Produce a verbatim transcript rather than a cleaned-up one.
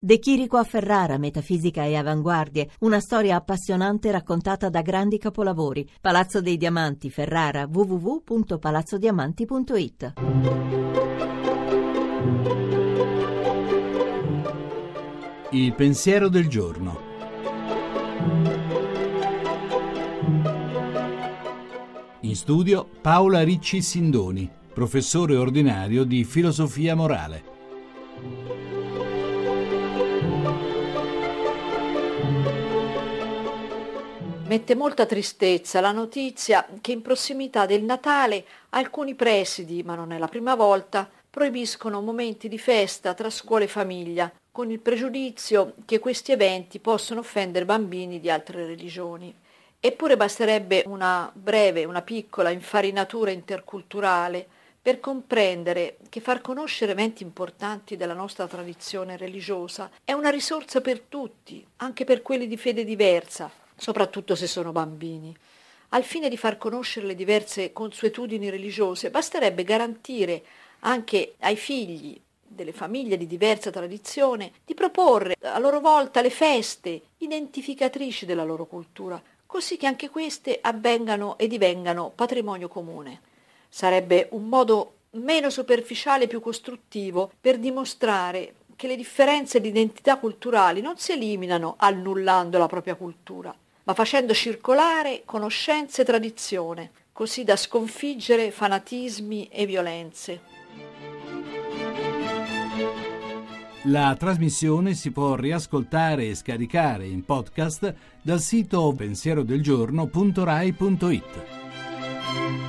De Chirico a Ferrara, metafisica e avanguardie, una storia appassionante raccontata da grandi capolavori. Palazzo dei Diamanti, Ferrara, w w w punto palazzo diamanti punto i t. Il pensiero del giorno. In studio Paola Ricci Sindoni, professore ordinario di filosofia morale. Mette molta tristezza la notizia che in prossimità del Natale alcuni presidi, ma non è la prima volta, proibiscono momenti di festa tra scuola e famiglia, con il pregiudizio che questi eventi possono offendere bambini di altre religioni. Eppure basterebbe una breve, una piccola infarinatura interculturale per comprendere che far conoscere eventi importanti della nostra tradizione religiosa è una risorsa per tutti, anche per quelli di fede diversa, soprattutto se sono bambini. Al fine di far conoscere le diverse consuetudini religiose, basterebbe garantire anche ai figli delle famiglie di diversa tradizione di proporre a loro volta le feste identificatrici della loro cultura, così che anche queste avvengano e divengano patrimonio comune. Sarebbe un modo meno superficiale e più costruttivo per dimostrare che le differenze di identità culturali non si eliminano annullando la propria cultura, ma facendo circolare conoscenze e tradizione, così da sconfiggere fanatismi e violenze. La trasmissione si può riascoltare e scaricare in podcast dal sito pensierodelgiorno punto rai punto i t.